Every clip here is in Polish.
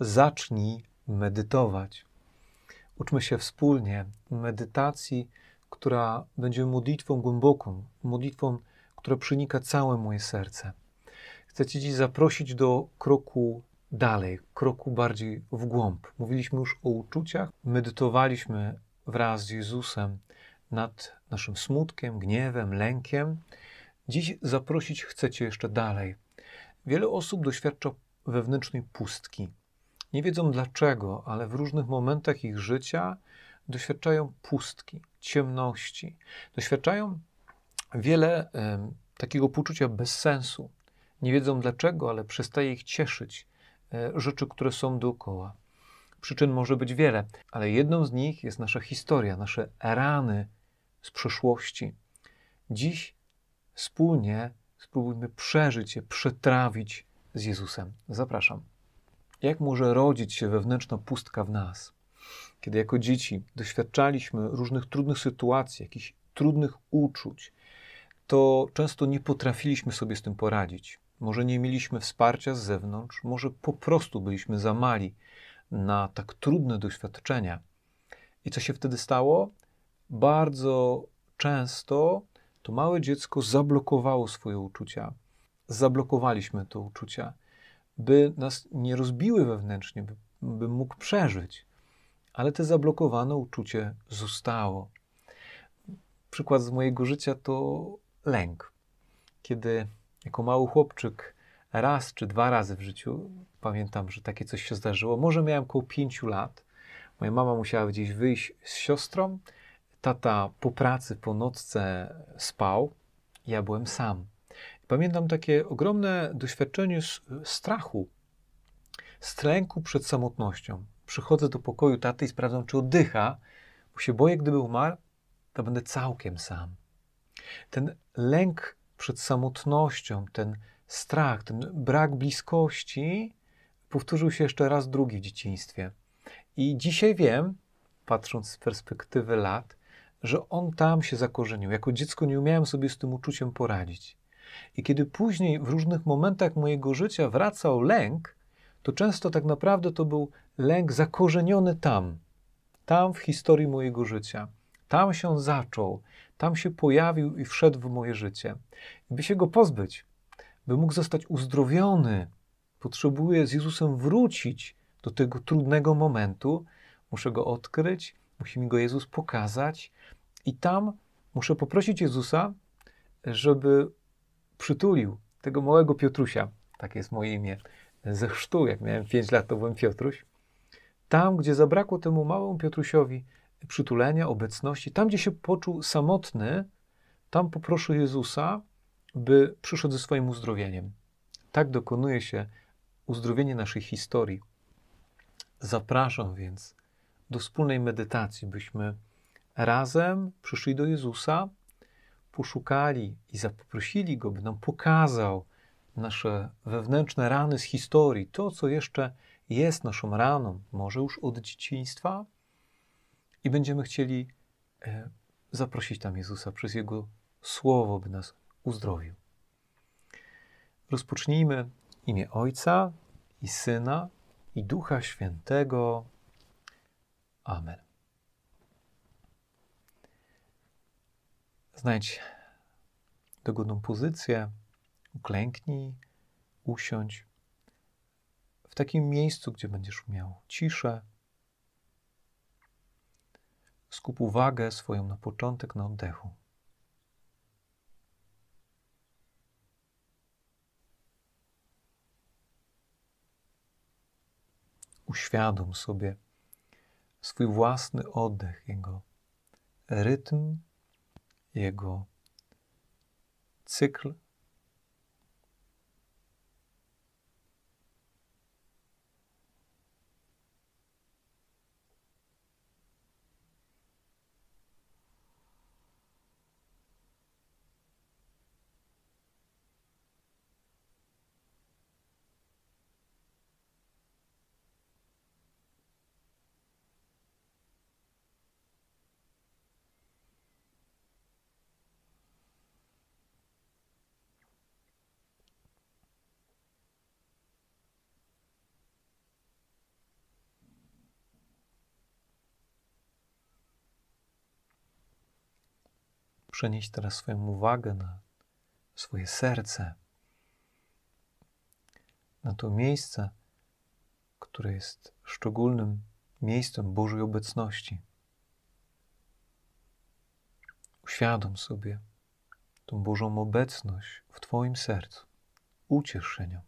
zacznij medytować. Uczmy się wspólnie medytacji, która będzie modlitwą głęboką, modlitwą, która przenika całe moje serce. Chcę Cię dziś zaprosić do kroku dalej, kroku bardziej w głąb. Mówiliśmy już o uczuciach, medytowaliśmy wraz z Jezusem nad naszym smutkiem, gniewem, lękiem. Dziś zaprosić chcę Cię jeszcze dalej. Wiele osób doświadcza wewnętrznej pustki. Nie wiedzą dlaczego, ale w różnych momentach ich życia doświadczają pustki, ciemności. Doświadczają wiele takiego poczucia bezsensu. Nie wiedzą dlaczego, ale przestaje ich cieszyć rzeczy, które są dookoła. Przyczyn może być wiele, ale jedną z nich jest nasza historia, nasze rany z przeszłości. Dziś wspólnie spróbujmy przeżyć je, przetrawić z Jezusem. Zapraszam. Jak może rodzić się wewnętrzna pustka w nas? Kiedy jako dzieci doświadczaliśmy różnych trudnych sytuacji, jakichś trudnych uczuć, to często nie potrafiliśmy sobie z tym poradzić. Może nie mieliśmy wsparcia z zewnątrz, może po prostu byliśmy za mali na tak trudne doświadczenia. I co się wtedy stało? Bardzo często to małe dziecko zablokowało swoje uczucia. Zablokowaliśmy te uczucia, by nas nie rozbiły wewnętrznie, by mógł przeżyć. Ale te zablokowane uczucie zostało. Przykład z mojego życia to lęk. Kiedy jako mały chłopczyk raz czy dwa razy w życiu, pamiętam, że takie coś się zdarzyło, może miałem około 5 lat, moja mama musiała gdzieś wyjść z siostrą, tata po pracy, po nocce spał, ja byłem sam. Pamiętam takie ogromne doświadczenie strachu, z lęku przed samotnością. Przychodzę do pokoju taty i sprawdzam, czy oddycha, bo się boję, gdyby umarł, to będę całkiem sam. Ten lęk przed samotnością, ten strach, ten brak bliskości powtórzył się jeszcze raz drugi w dzieciństwie. I dzisiaj wiem, patrząc z perspektywy lat, że on tam się zakorzenił. Jako dziecko nie umiałem sobie z tym uczuciem poradzić. I kiedy później w różnych momentach mojego życia wracał lęk, to często tak naprawdę to był lęk zakorzeniony tam w historii mojego życia. Tam się zaczął, tam się pojawił i wszedł w moje życie. I by się go pozbyć, by mógł zostać uzdrowiony, potrzebuję z Jezusem wrócić do tego trudnego momentu, muszę go odkryć, musi mi go Jezus pokazać i tam muszę poprosić Jezusa, żeby przytulił tego małego Piotrusia, tak jest moje imię, ze chrztu, jak miałem 5 lat, to byłem Piotruś. Tam, gdzie zabrakło temu małemu Piotrusiowi przytulenia, obecności, tam, gdzie się poczuł samotny, tam poproszę Jezusa, by przyszedł ze swoim uzdrowieniem. Tak dokonuje się uzdrowienie naszej historii. Zapraszam więc do wspólnej medytacji, byśmy razem przyszli do Jezusa, poszukali i poprosili Go, by nam pokazał nasze wewnętrzne rany z historii, to, co jeszcze jest naszą raną, może już od dzieciństwa, i będziemy chcieli zaprosić tam Jezusa przez Jego Słowo, by nas uzdrowił. Rozpocznijmy w imię Ojca i Syna i Ducha Świętego. Amen. Znajdź dogodną pozycję, uklęknij, usiądź w takim miejscu, gdzie będziesz miał ciszę. Skup uwagę swoją na początek na oddechu. Uświadom sobie swój własny oddech, jego rytm, jego cykl. przenieść teraz swoją uwagę na swoje serce, na to miejsce, które jest szczególnym miejscem Bożej obecności. Uświadom sobie tą Bożą obecność w Twoim sercu. Uciesz się nią.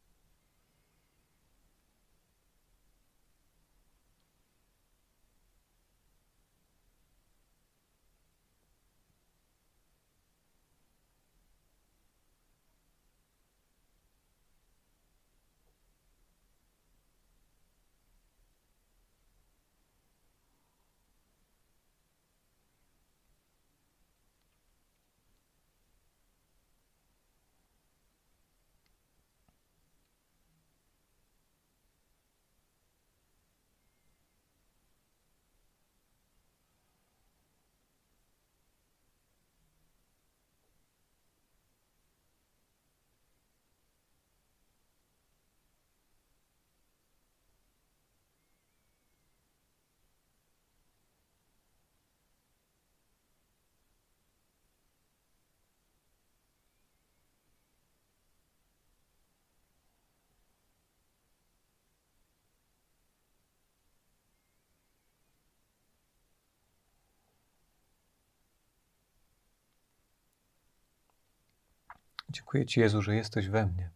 Dziękuję Ci, Jezu, że jesteś we mnie.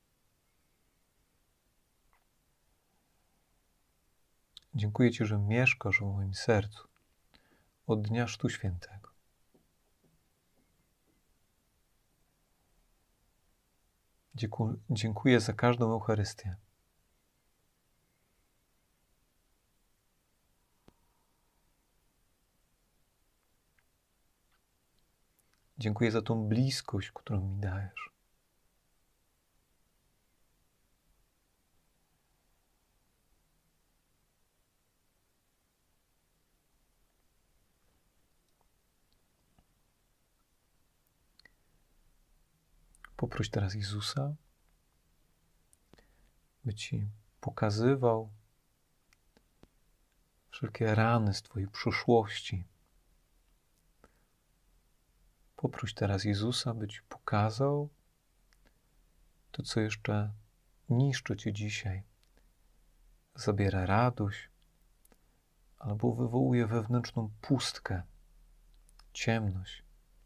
Dziękuję Ci, że mieszkasz w moim sercu od dnia Chrztu Świętego. Dziękuję za każdą Eucharystię. Dziękuję za tą bliskość, którą mi dajesz. Poproś teraz Jezusa, by Ci pokazywał wszelkie rany z Twojej przeszłości. Poproś teraz Jezusa, by Ci pokazał to, co jeszcze niszczy Cię dzisiaj. Zabiera radość albo wywołuje wewnętrzną pustkę, ciemność.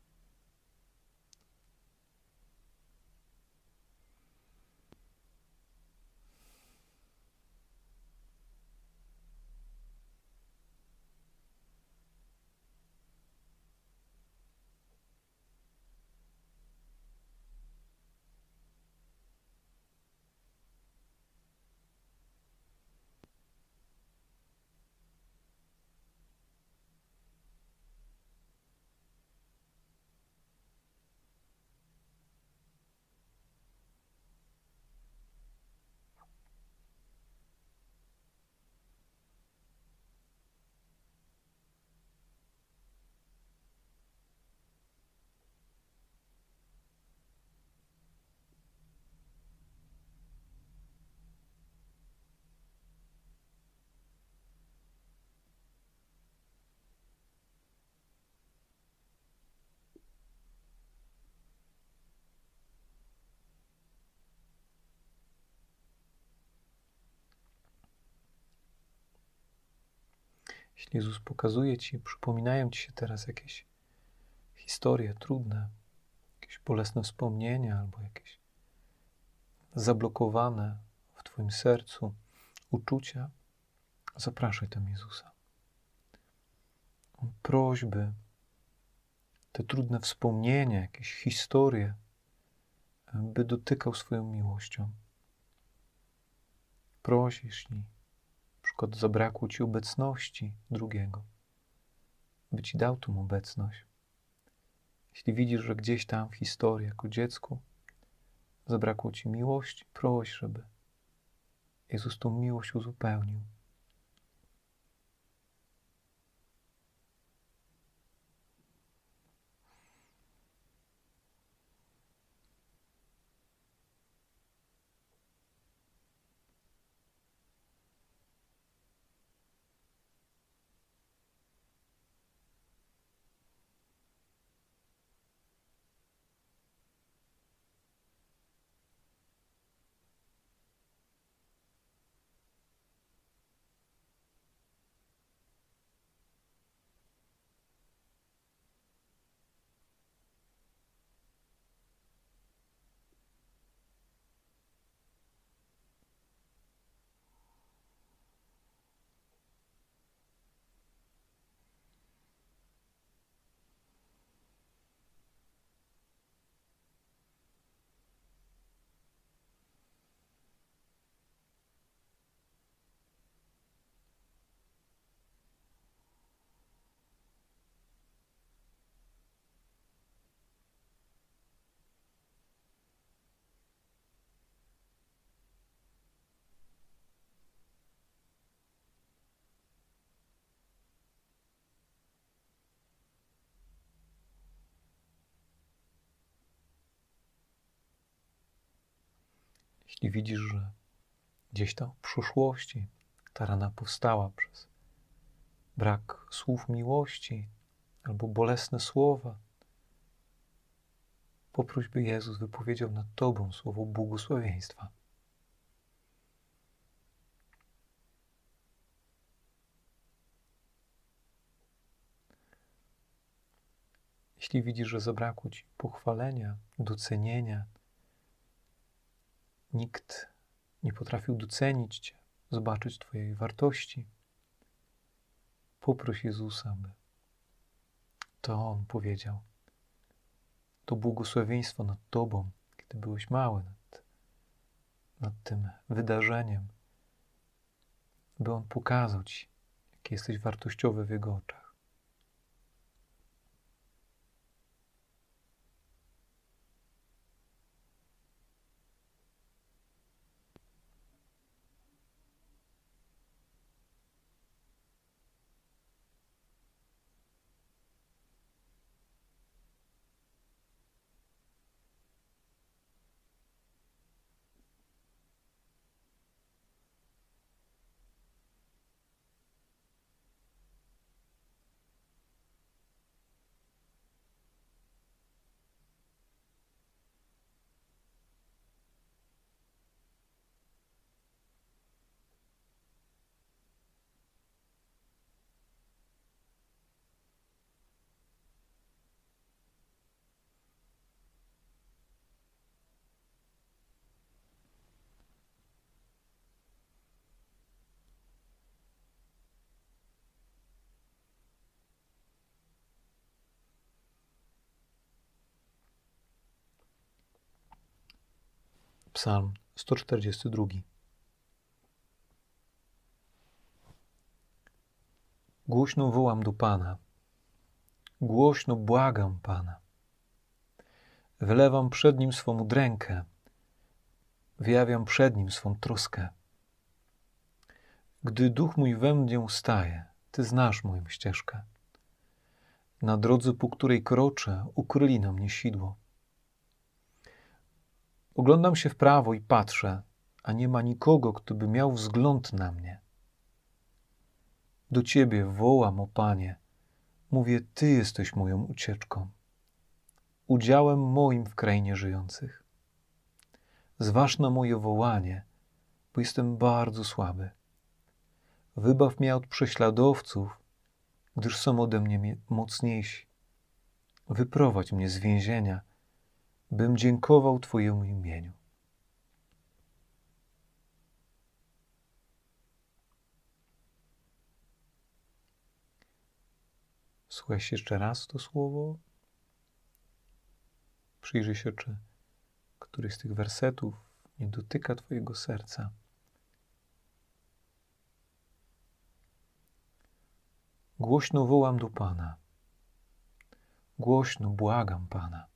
Jeśli Jezus pokazuje Ci, przypominają Ci się teraz jakieś historie trudne, jakieś bolesne wspomnienia albo jakieś zablokowane w Twoim sercu uczucia, zapraszaj tam Jezusa. Prośby, te trudne wspomnienia, jakieś historie, by dotykał swoją miłością. Proś, jeśli na przykład zabrakło Ci obecności drugiego, by Ci dał tą obecność. Jeśli widzisz, że gdzieś tam w historii jako dziecku zabrakło Ci miłości, proś, żeby Jezus tą miłość uzupełnił. Jeśli widzisz, że gdzieś tam w przyszłości ta rana powstała przez brak słów miłości albo bolesne słowa, poproś, by Jezus wypowiedział nad tobą słowo błogosławieństwa. Jeśli widzisz, że zabrakło ci pochwalenia, docenienia, nikt nie potrafił docenić cię, zobaczyć twojej wartości, poproś Jezusa, by to On powiedział to błogosławieństwo nad tobą, kiedy byłeś mały, nad tym wydarzeniem, by On pokazał ci, jaki jesteś wartościowy w Jego oczach. Psalm 142. Głośno wołam do Pana, głośno błagam Pana. Wylewam przed Nim swą udrękę, wyjawiam przed Nim swą troskę. Gdy duch mój we mnie ustaje, Ty znasz moją ścieżkę. Na drodze, po której kroczę, ukryli na mnie sidło. Oglądam się w prawo i patrzę, a nie ma nikogo, kto by miał wzgląd na mnie. Do Ciebie wołam, o Panie, mówię, Ty jesteś moją ucieczką, udziałem moim w krainie żyjących. Zważ na moje wołanie, bo jestem bardzo słaby. Wybaw mnie od prześladowców, gdyż są ode mnie mocniejsi. Wyprowadź mnie z więzienia, bym dziękował Twojemu imieniu. Słuchaj się jeszcze raz to słowo. Przyjrzyj się, czy któryś z tych wersetów nie dotyka Twojego serca. Głośno wołam do Pana. Głośno błagam Pana.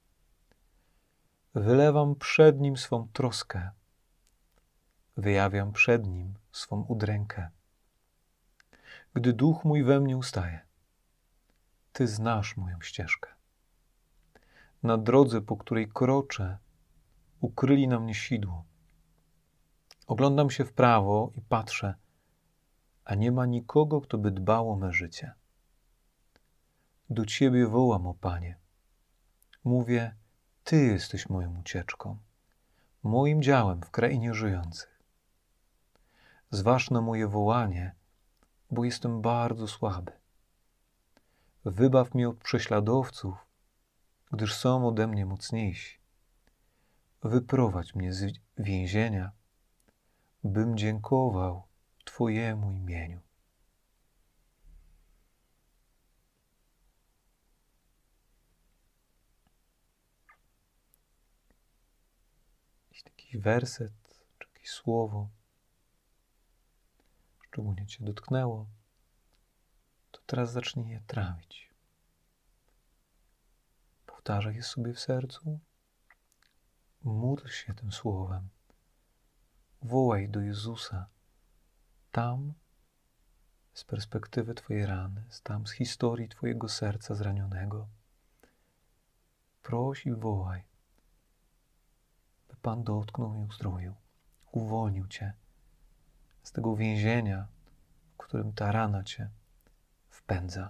Wylewam przed Nim swą troskę. Wyjawiam przed Nim swą udrękę. Gdy duch mój we mnie ustaje, Ty znasz moją ścieżkę. Na drodze, po której kroczę, ukryli na mnie sidło. Oglądam się w prawo i patrzę, a nie ma nikogo, kto by dbał o me życie. Do Ciebie wołam, o Panie. Mówię, Ty jesteś moją ucieczką, moim działem w krainie żyjących. Zważ na moje wołanie, bo jestem bardzo słaby. Wybaw mnie od prześladowców, gdyż są ode mnie mocniejsi. Wyprowadź mnie z więzienia, bym dziękował Twojemu imieniu. Jeśli jakiś werset, czy jakieś słowo szczególnie Cię dotknęło, to teraz zacznij je trawić. Powtarzaj je sobie w sercu, módl się tym słowem, wołaj do Jezusa tam z perspektywy Twojej rany, tam z historii Twojego serca zranionego. Proś i wołaj, by Pan dotknął i uzdrowił. Uwolnił Cię z tego więzienia, w którym ta rana Cię wpędza.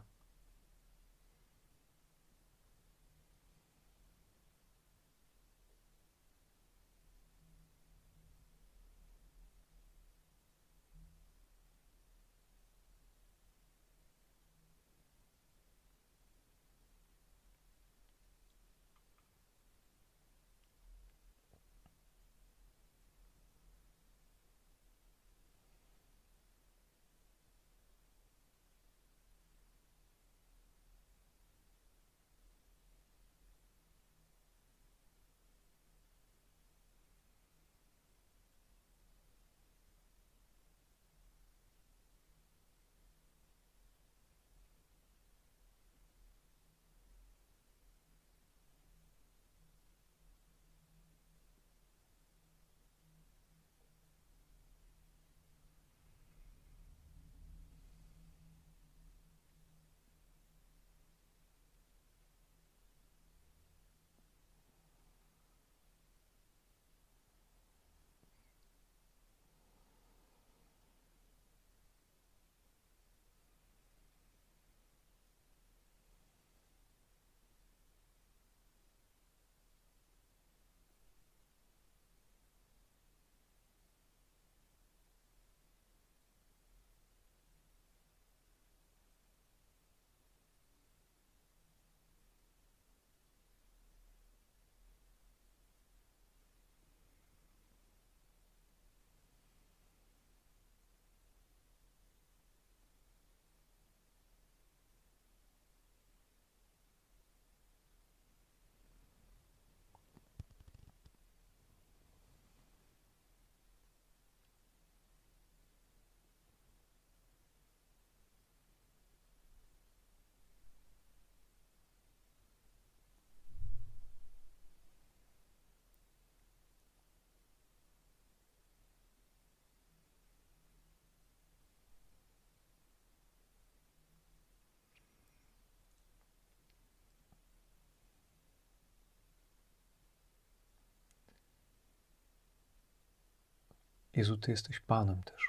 Jezu, Ty jesteś Panem też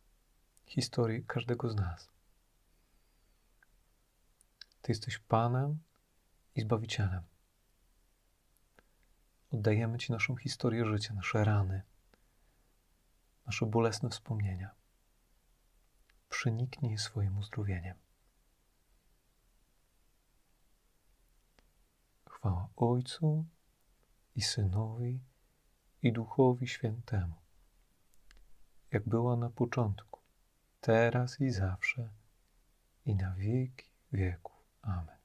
historii każdego z nas. Ty jesteś Panem i Zbawicielem. Oddajemy Ci naszą historię życia, nasze rany, nasze bolesne wspomnienia. Przeniknij je swoim uzdrowieniem. Chwała Ojcu i Synowi i Duchowi Świętemu, jak była na początku, teraz i zawsze, i na wieki wieków. Amen.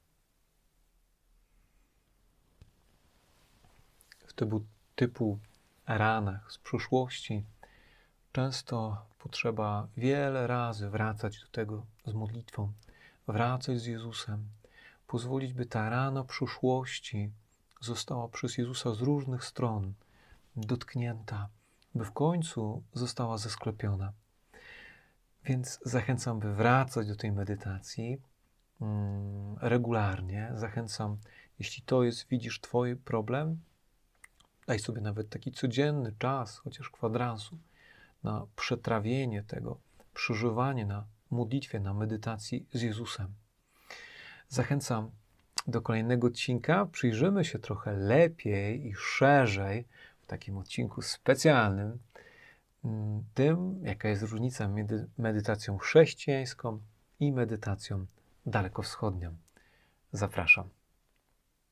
W tego typu ranach z przeszłości często potrzeba wiele razy wracać do tego z modlitwą, wracać z Jezusem, pozwolić, by ta rana przyszłości została przez Jezusa z różnych stron dotknięta, by w końcu została zasklepiona. Więc zachęcam, by wracać do tej medytacji regularnie. Zachęcam, jeśli to jest, widzisz, Twój problem, daj sobie nawet taki codzienny czas, chociaż kwadransu, na przetrawienie tego, przeżywanie na modlitwie, na medytacji z Jezusem. Zachęcam do kolejnego odcinka. Przyjrzymy się trochę lepiej i szerzej w takim odcinku specjalnym tym, jaka jest różnica między medytacją chrześcijańską i medytacją dalekowschodnią. Zapraszam.